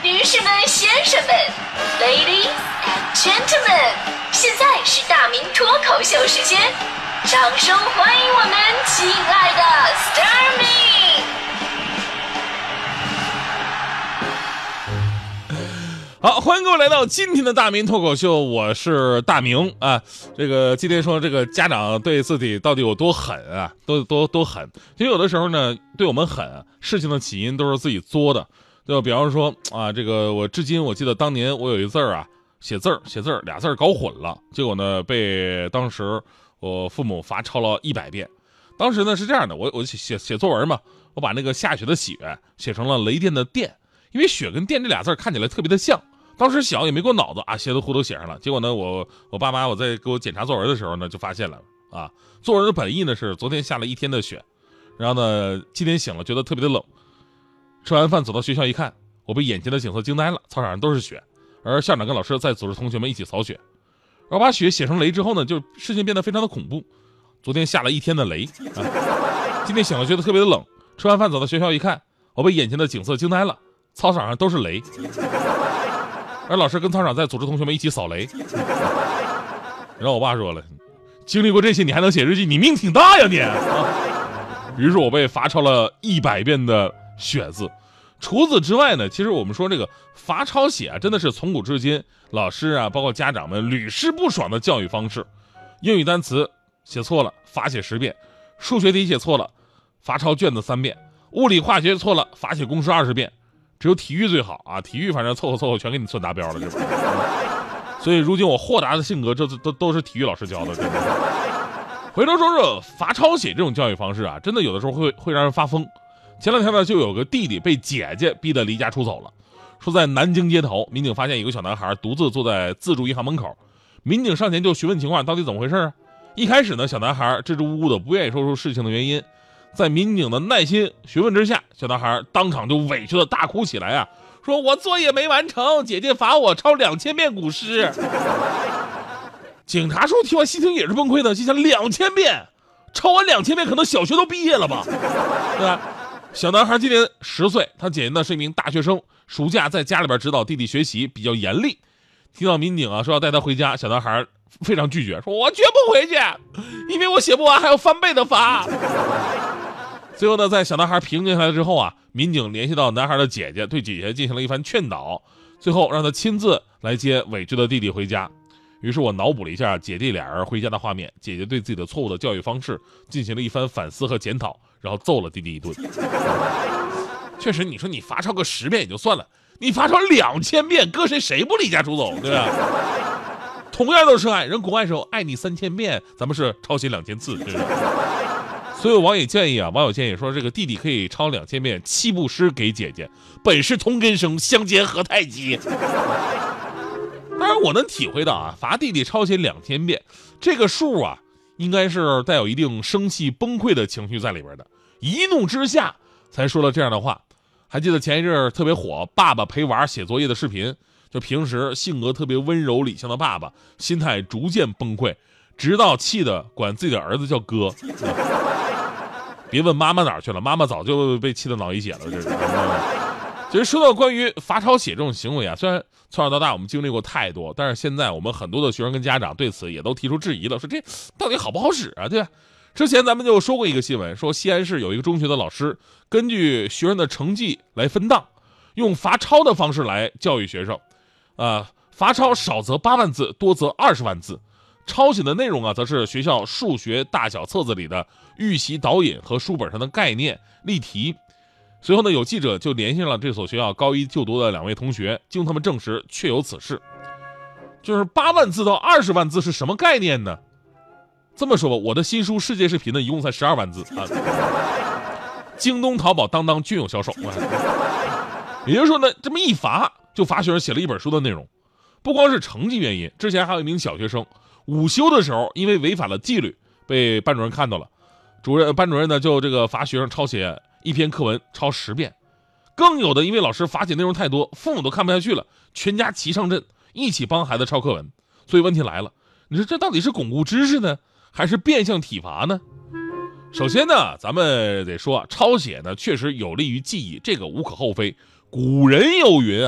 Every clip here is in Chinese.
女士们、先生们 ，Ladies and Gentlemen， 现在是大明脱口秀时间，掌声欢迎我们亲爱的 Starmin。 好，欢迎各位来到今天的大明脱口秀，我是大明啊。这个今天说这个家长对自己到底有多狠啊，多狠。其实有的时候呢，对我们狠啊，事情的起因都是自己作的。就比方说啊，这个我至今我记得当年我有一字儿啊，写字儿俩字儿搞混了，结果呢被当时我父母罚抄了100遍。当时呢是这样的，我写作文嘛，我把那个下雪的雪写成了雷电的电，因为雪跟电这俩字看起来特别的像。当时小也没过脑子啊，稀里糊涂写上了。结果呢，我爸妈我在给我检查作文的时候呢，就发现了啊，作文的本意呢是昨天下了一天的雪，然后呢今天醒了觉得特别的冷，吃完饭走到学校一看，我被眼前的景色惊呆了，操场上都是雪，而校长跟老师在组织同学们一起扫雪。然后把雪写成雷之后呢，就事情变得非常的恐怖。昨天下了一天的雷啊，今天醒了觉得特别的冷，吃完饭走到学校一看，我被眼前的景色惊呆了，操场上都是雷。而老师跟操场在组织同学们一起扫雷。然后我爸说了，经历过这些你还能写日记，你命挺大呀你啊。于是我被罚抄了100遍的雪字。除此之外呢，其实我们说这个罚抄写啊，真的是从古至今老师啊包括家长们屡试不爽的教育方式。英语单词写错了罚写10遍，数学题写错了罚抄卷子3遍，物理化学错了罚写公式20遍，只有体育最好啊，体育反正凑合全给你算达标了，对吧？所以如今我豁达的性格，这都是体育老师教的，对吧？回头说说罚抄写这种教育方式啊，真的有的时候会让人发疯。前两天呢，就有个弟弟被姐姐逼得离家出走了。说在南京街头，民警发现有个小男孩独自坐在自助银行门口，民警上前就询问情况，到底怎么回事啊？一开始呢，小男孩支支吾吾的，不愿意说出事情的原因。在民警的耐心询问之下，小男孩当场就委屈的大哭起来啊，说我作业没完成，姐姐罚我抄2000遍古诗。警察叔听完心情也是崩溃的，心想2000遍，抄完2000遍可能小学都毕业了吧，对吧？小男孩今年10岁，他姐姐呢是一名大学生，暑假在家里边指导弟弟学习，比较严厉。听到民警啊说要带他回家，小男孩非常拒绝，说我绝不回去，因为我写不完还有翻倍的罚。最后呢，在小男孩平静下来之后啊，民警联系到男孩的姐姐，对姐姐进行了一番劝导，最后让他亲自来接委屈的弟弟回家。于是我脑补了一下姐弟俩人回家的画面，姐姐对自己的错误的教育方式进行了一番反思和检讨，然后揍了弟弟一顿。确实，你说你罚抄个10遍也就算了，你罚抄2000遍，搁谁不离家出走，对吧？同样都是爱，人国外时候爱你3000遍，咱们是抄写2000次，对吧？所以网友建议说，这个弟弟可以抄2000遍7步诗给姐姐，本是同根生，相煎何太急。当然我能体会到啊，罚弟弟抄写2000遍这个数啊，应该是带有一定生气崩溃的情绪在里边的，一怒之下才说了这样的话。还记得前一阵特别火爸爸陪娃写作业的视频，就平时性格特别温柔理性的爸爸心态逐渐崩溃，直到气得管自己的儿子叫哥。别问妈妈哪儿去了，妈妈早就被气得脑溢血了，这是。其实说到关于罚抄写这种行为啊，虽然从小到大我们经历过太多，但是现在我们很多的学生跟家长对此也都提出质疑了，说这到底好不好使啊，对吧？之前咱们就说过一个新闻，说西安市有一个中学的老师根据学生的成绩来分档，用罚抄的方式来教育学生。罚抄少则8万字，多则20万字。抄写的内容啊，则是学校数学大小册子里的预习导引和书本上的概念例题。随后呢，有记者就联系了这所学校高一就读的2位同学，经他们证实确有此事。就是8万字到20万字是什么概念呢？这么说吧，我的新书《世界视频》呢，一共才12万字啊，京东、淘宝、当当均有销售。也就是说呢，这么一罚就罚学生写了一本书的内容。不光是成绩原因，之前还有一名小学生午休的时候因为违反了纪律被班主任看到了，班主任呢就这个罚学生抄写一篇课文抄10遍。更有的因为老师罚写内容太多，父母都看不下去了，全家齐上阵一起帮孩子抄课文。所以问题来了，你说这到底是巩固知识呢，还是变相体罚呢？首先呢，咱们得说啊，抄写呢确实有利于记忆，这个无可厚非。古人有云啊，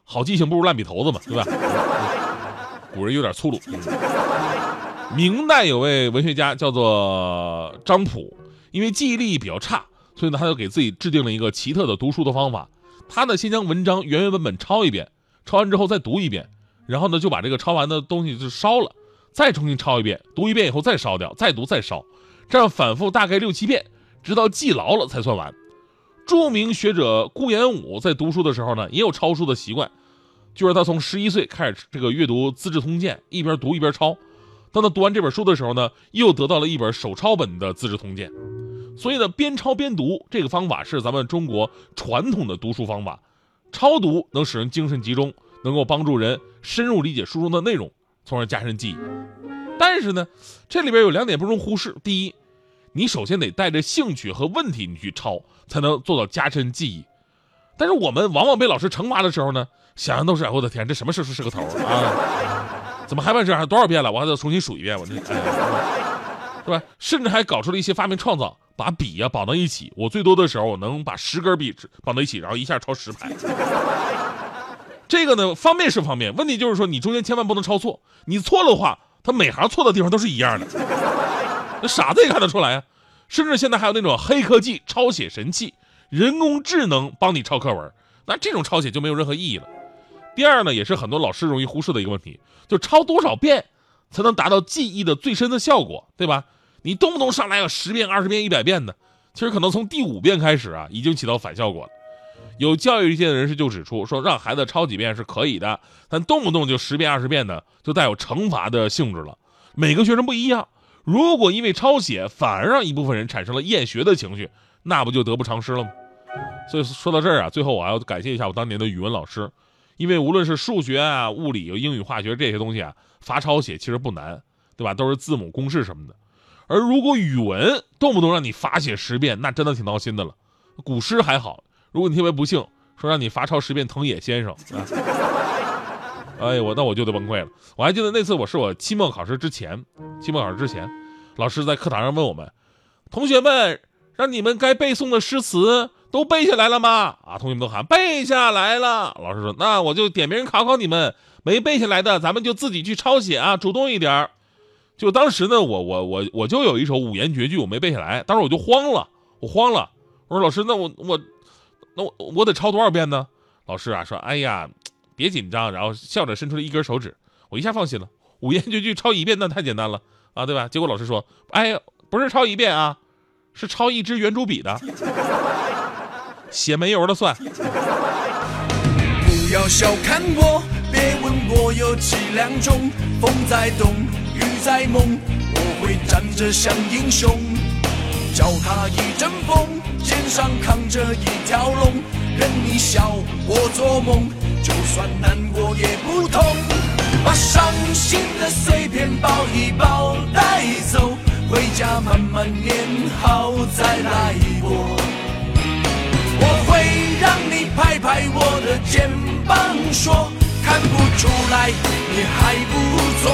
好记性不如烂笔头子嘛，对吧？古人有点粗鲁。明代有位文学家叫做张溥，因为记忆力比较差，所以呢，他就给自己制定了一个奇特的读书的方法。他呢，先将文章原原本本抄一遍，抄完之后再读一遍，然后呢，就把这个抄完的东西就烧了，再重新抄一遍，读一遍以后再烧掉，再读再烧，这样反复大概6、7遍，直到记牢了才算完。著名学者顾炎武在读书的时候呢，也有抄书的习惯，就是他从11岁开始这个阅读《资治通鉴》，一边读一边抄。当他读完这本书的时候呢，又得到了一本手抄本的《资治通鉴》。所以呢，边抄边读这个方法是咱们中国传统的读书方法。抄读能使人精神集中，能够帮助人深入理解书中的内容，从而加深记忆。但是呢，这里边有2点不容忽视。第一，你首先得带着兴趣和问题你去抄，才能做到加深记忆。但是我们往往被老师惩罚的时候呢，想象都是我的天，这什么事是个头啊？怎么还办这样？多少遍了？我还得重新数一遍，我这对吧？甚至还搞出了一些发明创造，把笔呀绑到一起。我最多的时候，我能把10根笔绑到一起，然后一下抄10排。这个呢，方便是方便，问题就是说你中间千万不能抄错，你错了的话，它每行错的地方都是一样的，那傻子也看得出来啊。甚至现在还有那种黑科技抄写神器，人工智能帮你抄课文，那这种抄写就没有任何意义了。第二呢，也是很多老师容易忽视的一个问题，就抄多少遍才能达到记忆的最深的效果，对吧？你动不动上来有10遍、20遍、100遍的，其实可能从第5遍开始啊，已经起到反效果了。有教育界的人士就指出说，让孩子抄几遍是可以的，但动不动就10遍、20遍的，就带有惩罚的性质了。每个学生不一样，如果因为抄写反而让一部分人产生了厌学的情绪，那不就得不偿失了吗？所以说到这儿啊，最后我还要感谢一下我当年的语文老师，因为无论是数学啊、物理、英语、化学这些东西啊，罚抄写其实不难，对吧？都是字母公式什么的。而如果语文动不动让你罚写10遍，那真的挺闹心的了。古诗还好，如果你特别不幸说让你罚抄10遍藤野先生啊，哎，那我就得崩溃了。我还记得那次我期末考试之前，老师在课堂上问我们，同学们，让你们该背诵的诗词都背下来了吗？啊，同学们都喊背下来了。老师说，那我就点名考考你们，没背下来的咱们就自己去抄写啊，主动一点。就当时呢，我就有一首5言绝句我没背下来，当时我就慌了，我说老师，那我得抄多少遍呢？老师啊说，哎呀，别紧张，然后笑着伸出了一根手指，我一下放心了，5言绝句抄1遍那太简单了啊，对吧？结果老师说，哎，不是抄1遍啊，是抄1支圆珠笔的，写没油的算。 不要小看我，别问我有几两重，风在动，雨在梦，我会站着像英雄，脚踏一阵风，肩上扛着一条龙，任你笑我做梦，就算难过也不痛，把伤心的碎片抱一抱带走，回家慢慢念好再来过。我会让你拍拍我的肩膀，说看不出来你还不错。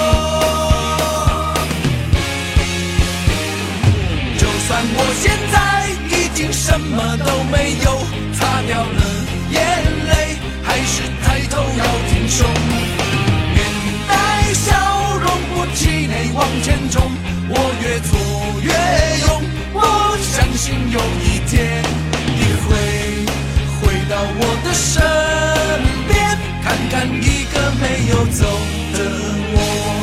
就算我现在已经什么都没有，擦掉了眼泪，还是抬头要挺胸，面带笑容不气馁往前冲，我越做越勇，我相信有一天你会回到我的身边，看看一个没有走的我。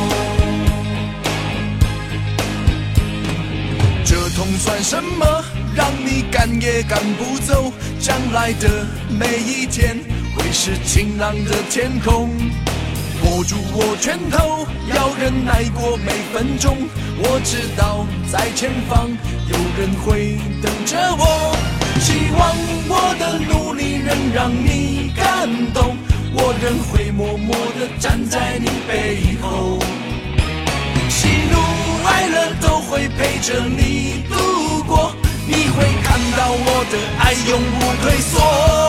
这痛算什么？让你赶也赶不走，将来的每一天会是晴朗的天空。握住我拳头，要忍耐过每分钟，我知道在前方有人会等着我，希望我的努力能让你感动，我仍会默默地站在你背后，喜怒哀乐都会陪着你度过，你会看到我的爱永不退缩。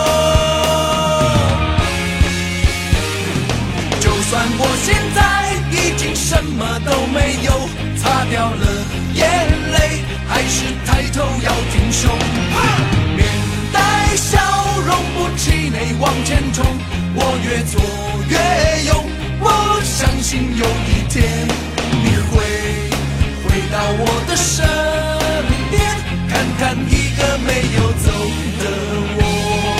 就算我现在已经什么都没有，擦掉了眼泪，还是抬头要挺胸，面带笑容不气馁会往前冲，我越挫越勇，我相信有一天你会回到我的身边，看看一个没有走的我。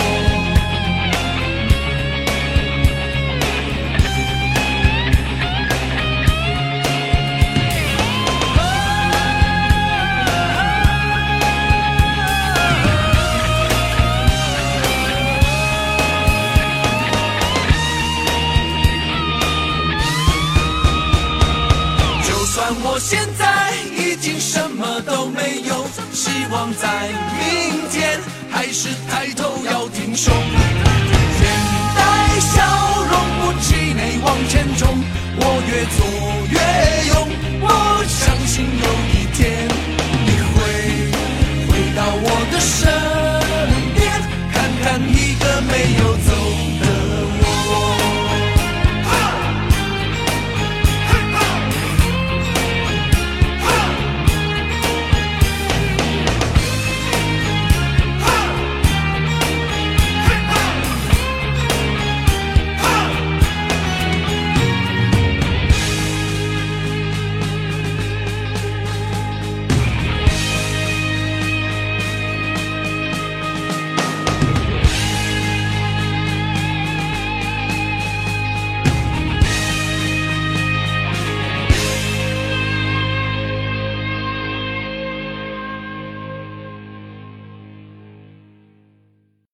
我现在已经什么都没有，希望在明天还是抬头